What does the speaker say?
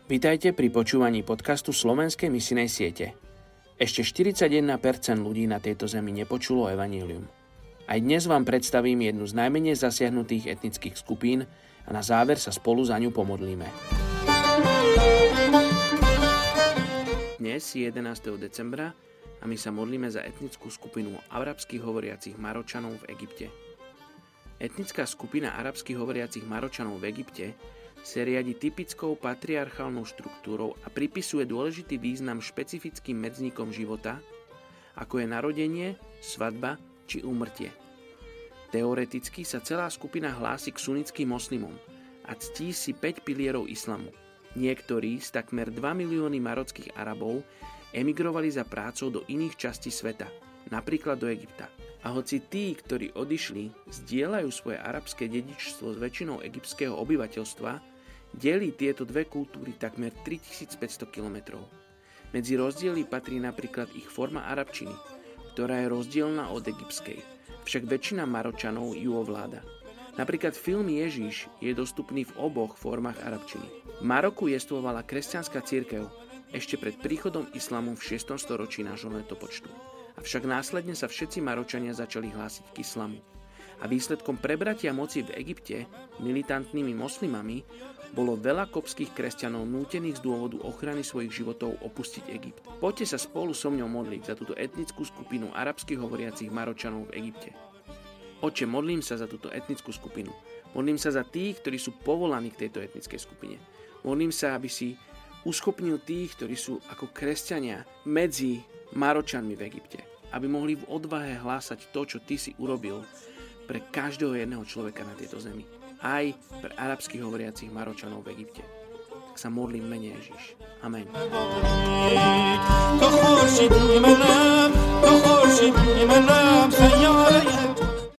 Vitajte pri počúvaní podcastu Slovenskej misijnej siete. Ešte 41% ľudí na tejto zemi nepočulo evanjelium. Aj dnes vám predstavím jednu z najmenej zasiahnutých etnických skupín a na záver sa spolu za ňu pomodlíme. Dnes je 11. decembra a my sa modlíme za etnickú skupinu arabských hovoriacich Maročanov v Egypte. Etnická skupina arabských hovoriacich Maročanov v Egypte sa riadi typickou patriarchálnou štruktúrou a pripisuje dôležitý význam špecifickým medzníkom života, ako je narodenie, svadba či úmrtie. Teoreticky sa celá skupina hlási k sunnickým moslimom a ctí si 5 pilierov islamu. Niektorí z takmer 2 milióny marockých Arabov emigrovali za prácou do iných častí sveta, napríklad do Egypta. A hoci tí, ktorí odišli, zdieľajú svoje arabské dedičstvo s väčšinou egyptského obyvateľstva, delí tieto dve kultúry takmer 3500 km. Medzi rozdiely patrí napríklad ich forma arabčiny, ktorá je rozdielna od egyptskej, však väčšina Maročanov ju ovláda. Napríklad film Ježiš je dostupný v oboch formách arabčiny. V Maroku jestvovala kresťanská cirkev ešte pred príchodom islamu v 6. storočí nášho letopočtu. Avšak následne sa všetci Maročania začali hlásiť k islamu. A výsledkom prebratia moci v Egypte militantnými moslimami bolo veľa koptských kresťanov nútených z dôvodu ochrany svojich životov opustiť Egypt. Poďte sa spolu so mňou modliť za túto etnickú skupinu arabských hovoriacich Maročanov v Egypte. Oče, modlím sa za túto etnickú skupinu. Modlím sa za tých, ktorí sú povolaní k tejto etnickej skupine. Modlím sa, aby si uschopnil tých, ktorí sú ako kresťania medzi Maročanmi v Egypte, aby mohli v odvahe hlásať to, čo ty si urobil pre každého jedného človeka na tejto zemi. Aj pre arabských hovoriacich Maročanov v Egypte. Tak sa modlím v mene Ježiš. Amen.